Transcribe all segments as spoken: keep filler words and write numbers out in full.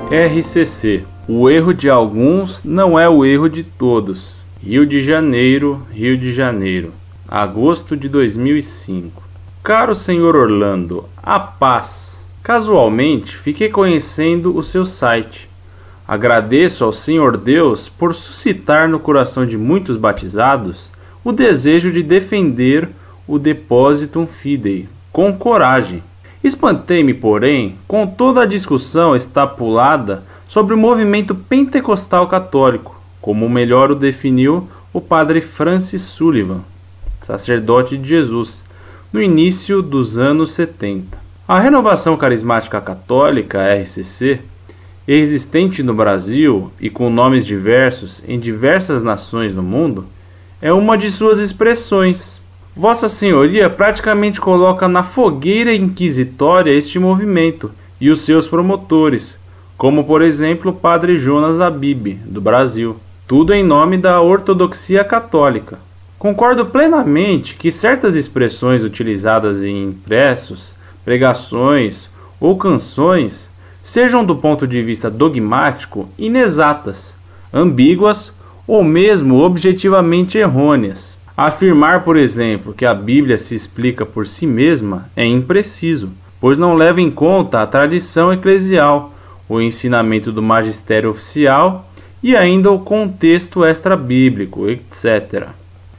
R C C. O erro de alguns não é o erro de todos. Rio de Janeiro, Rio de Janeiro, agosto de dois mil e cinco. Caro senhor Orlando, a paz. Casualmente, fiquei conhecendo o seu site. Agradeço ao Senhor Deus por suscitar no coração de muitos batizados o desejo de defender o Depositum Fidei com coragem. Espantei-me, porém, com toda a discussão estapulada sobre o movimento pentecostal católico, como melhor o definiu o padre Francis Sullivan, sacerdote de Jesus, no início dos anos setenta. A Renovação Carismática Católica, R C C, existente no Brasil e com nomes diversos em diversas nações no mundo, é uma de suas expressões. Vossa Senhoria praticamente coloca na fogueira inquisitória este movimento e os seus promotores, como por exemplo o padre Jonas Abib, do Brasil. Tudo em nome da ortodoxia católica. Concordo plenamente que certas expressões utilizadas em impressos, pregações ou canções sejam do ponto de vista dogmático inexatas, ambíguas ou mesmo objetivamente errôneas. Afirmar, por exemplo, que a Bíblia se explica por si mesma é impreciso, pois não leva em conta a tradição eclesial, o ensinamento do magistério oficial e ainda o contexto extra-bíblico, etcétera.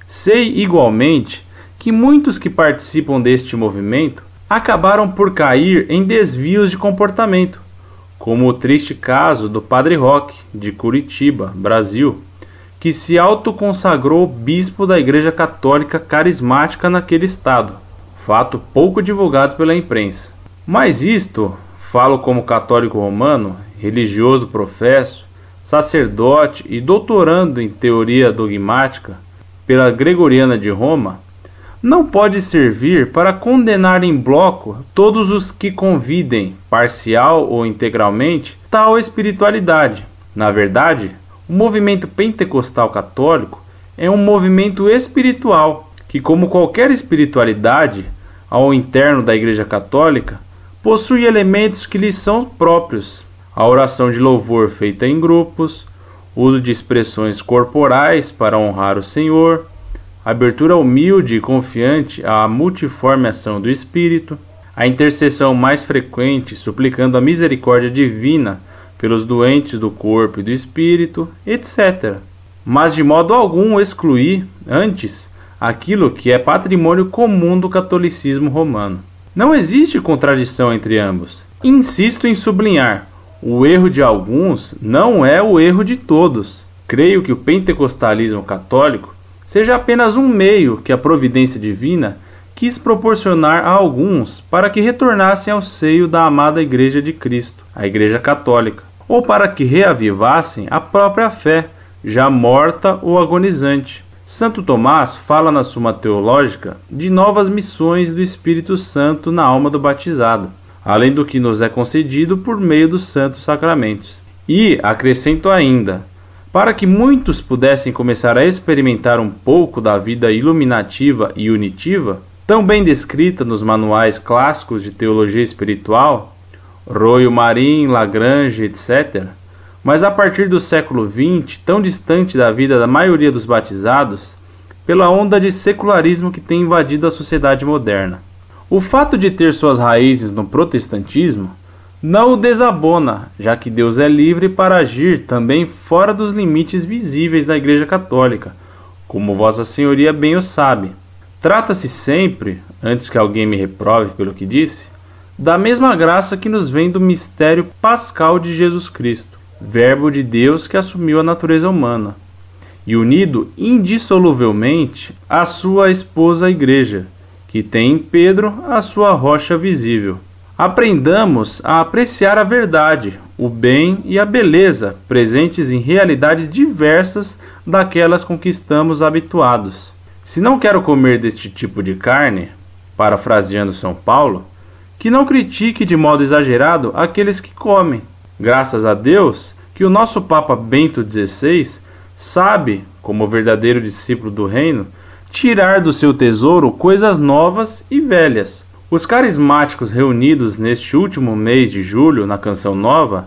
Sei igualmente que muitos que participam deste movimento acabaram por cair em desvios de comportamento, como o triste caso do Padre Roque, de Curitiba, Brasil, que se autoconsagrou bispo da Igreja Católica Carismática naquele estado, fato pouco divulgado pela imprensa. Mas isto, falo como católico romano, religioso professo, sacerdote e doutorando em teoria dogmática pela Gregoriana de Roma, não pode servir para condenar em bloco todos os que convidem, parcial ou integralmente, tal espiritualidade. Na verdade, o movimento pentecostal católico é um movimento espiritual que, como qualquer espiritualidade ao interno da Igreja Católica, possui elementos que lhes são próprios: a oração de louvor feita em grupos, uso de expressões corporais para honrar o Senhor, abertura humilde e confiante à multiforme ação do Espírito, a intercessão mais frequente suplicando a misericórdia divina pelos doentes do corpo e do espírito, etcétera. Mas de modo algum excluir, antes, aquilo que é patrimônio comum do catolicismo romano. Não existe contradição entre ambos. Insisto em sublinhar, o erro de alguns não é o erro de todos. Creio que o pentecostalismo católico seja apenas um meio que a providência divina quis proporcionar a alguns para que retornassem ao seio da amada Igreja de Cristo, a Igreja Católica, ou para que reavivassem a própria fé, já morta ou agonizante. Santo Tomás fala na Suma Teológica de novas missões do Espírito Santo na alma do batizado, além do que nos é concedido por meio dos santos sacramentos. E, acrescento ainda, para que muitos pudessem começar a experimentar um pouco da vida iluminativa e unitiva, tão bem descrita nos manuais clássicos de teologia espiritual, Royo Marin, Lagrange, etcétera, mas a partir do século vinte, tão distante da vida da maioria dos batizados, pela onda de secularismo que tem invadido a sociedade moderna. O fato de ter suas raízes no protestantismo não o desabona, já que Deus é livre para agir também fora dos limites visíveis da Igreja Católica, como Vossa Senhoria bem o sabe. Trata-se sempre, antes que alguém me reprove pelo que disse, da mesma graça que nos vem do mistério pascal de Jesus Cristo, Verbo de Deus que assumiu a natureza humana, e unido indissoluvelmente à sua esposa a Igreja, que tem em Pedro a sua rocha visível. Aprendamos a apreciar a verdade, o bem e a beleza presentes em realidades diversas daquelas com que estamos habituados. Se não quero comer deste tipo de carne, parafraseando São Paulo, que não critique de modo exagerado aqueles que comem. Graças a Deus que o nosso Papa Bento dezesseis sabe, como verdadeiro discípulo do reino, tirar do seu tesouro coisas novas e velhas. Os carismáticos reunidos neste último mês de julho na Canção Nova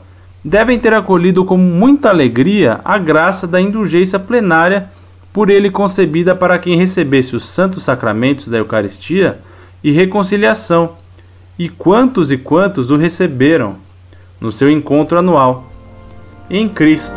devem ter acolhido com muita alegria a graça da indulgência plenária por ele concebida para quem recebesse os santos sacramentos da Eucaristia e reconciliação, e quantos e quantos o receberam no seu encontro anual em Cristo.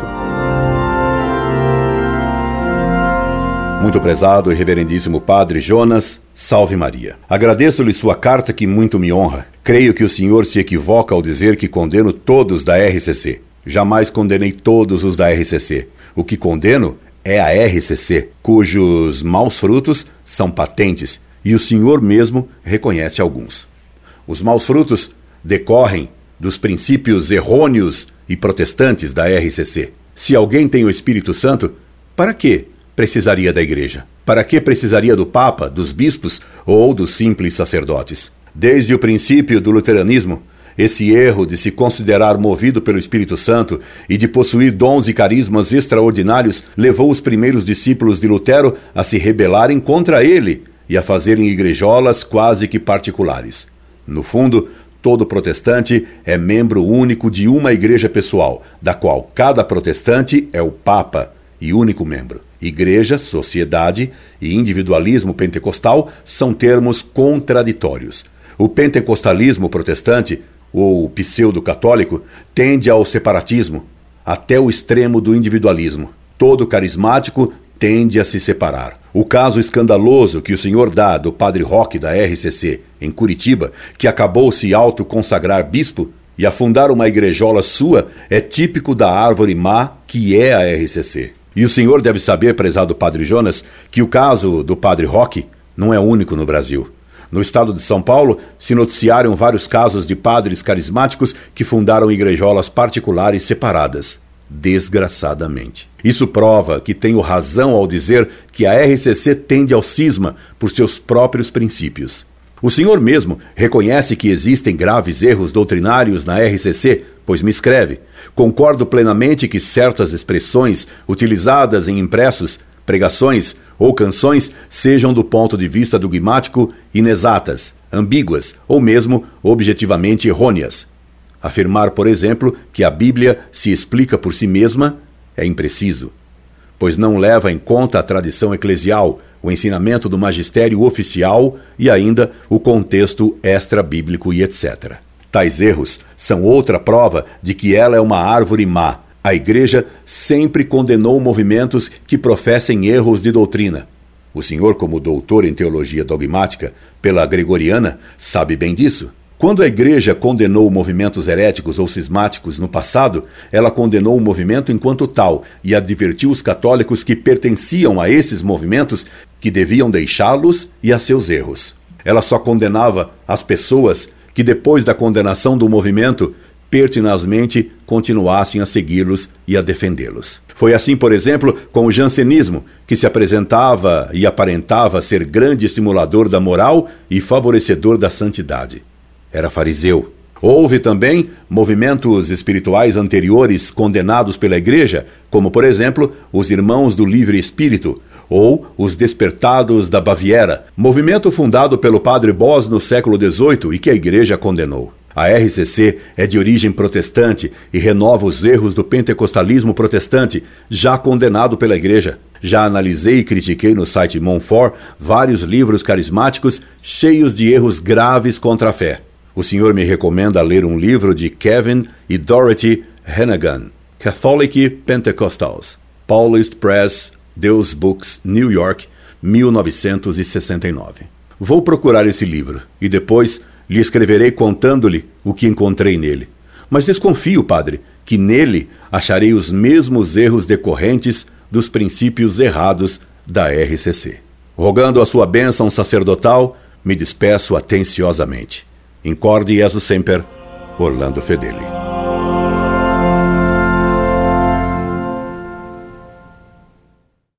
Muito prezado e reverendíssimo Padre Jonas, salve Maria. Agradeço-lhe sua carta que muito me honra. Creio que o senhor se equivoca ao dizer que condeno todos da R C C. Jamais condenei todos os da R C C. O que condeno é a R C C, cujos maus frutos são patentes, e o senhor mesmo reconhece alguns. Os maus frutos decorrem dos princípios errôneos e protestantes da R C C. Se alguém tem o Espírito Santo, para que precisaria da Igreja? Para que precisaria do Papa, dos bispos ou dos simples sacerdotes? Desde o princípio do luteranismo, esse erro de se considerar movido pelo Espírito Santo e de possuir dons e carismas extraordinários levou os primeiros discípulos de Lutero a se rebelarem contra ele e a fazerem igrejolas quase que particulares. No fundo, todo protestante é membro único de uma igreja pessoal, da qual cada protestante é o Papa e único membro. Igreja, sociedade e individualismo pentecostal são termos contraditórios. O pentecostalismo protestante, ou pseudo-católico, tende ao separatismo, até o extremo do individualismo. Todo carismático tende a se separar. O caso escandaloso que o senhor dá do padre Roque da R C C, em Curitiba, que acabou se auto-consagrar bispo e a fundar uma igrejola sua, é típico da árvore má que é a R C C. E o senhor deve saber, prezado padre Jonas, que o caso do padre Roque não é único no Brasil. No estado de São Paulo, se noticiaram vários casos de padres carismáticos que fundaram igrejolas particulares separadas. Desgraçadamente. Isso prova que tenho razão ao dizer que a R C C tende ao cisma por seus próprios princípios. O senhor mesmo reconhece que existem graves erros doutrinários na R C C, pois me escreve: concordo plenamente que certas expressões utilizadas em impressos, pregações ou canções sejam do ponto de vista dogmático inexatas, ambíguas ou mesmo objetivamente errôneas. Afirmar, por exemplo, que a Bíblia se explica por si mesma é impreciso, pois não leva em conta a tradição eclesial, o ensinamento do magistério oficial e ainda o contexto extra-bíblico e etcétera. Tais erros são outra prova de que ela é uma árvore má. A Igreja sempre condenou movimentos que professem erros de doutrina. O senhor, como doutor em teologia dogmática pela Gregoriana, sabe bem disso. Quando a Igreja condenou movimentos heréticos ou cismáticos no passado, ela condenou o movimento enquanto tal e advertiu os católicos que pertenciam a esses movimentos que deviam deixá-los e a seus erros. Ela só condenava as pessoas que, depois da condenação do movimento, pertinazmente continuassem a segui-los e a defendê-los. Foi assim, por exemplo, com o jansenismo, que se apresentava e aparentava ser grande estimulador da moral e favorecedor da santidade. Era fariseu. Houve também movimentos espirituais anteriores condenados pela Igreja, como, por exemplo, os Irmãos do Livre Espírito, ou os Despertados da Baviera, movimento fundado pelo padre Bos no século dezoito e que a Igreja condenou. A R C C é de origem protestante e renova os erros do pentecostalismo protestante, já condenado pela Igreja. Já analisei e critiquei no site Monfort vários livros carismáticos cheios de erros graves contra a fé. O senhor me recomenda ler um livro de Kevin e Dorothy Hennigan, Catholic Pentecostals, Paulist Press, Deus Books, New York, mil novecentos e sessenta e nove. Vou procurar esse livro e depois lhe escreverei contando-lhe o que encontrei nele. Mas desconfio, padre, que nele acharei os mesmos erros decorrentes dos princípios errados da R C C. Rogando a sua bênção sacerdotal, me despeço atenciosamente. Incorde Jesus Semper, Orlando Fedeli.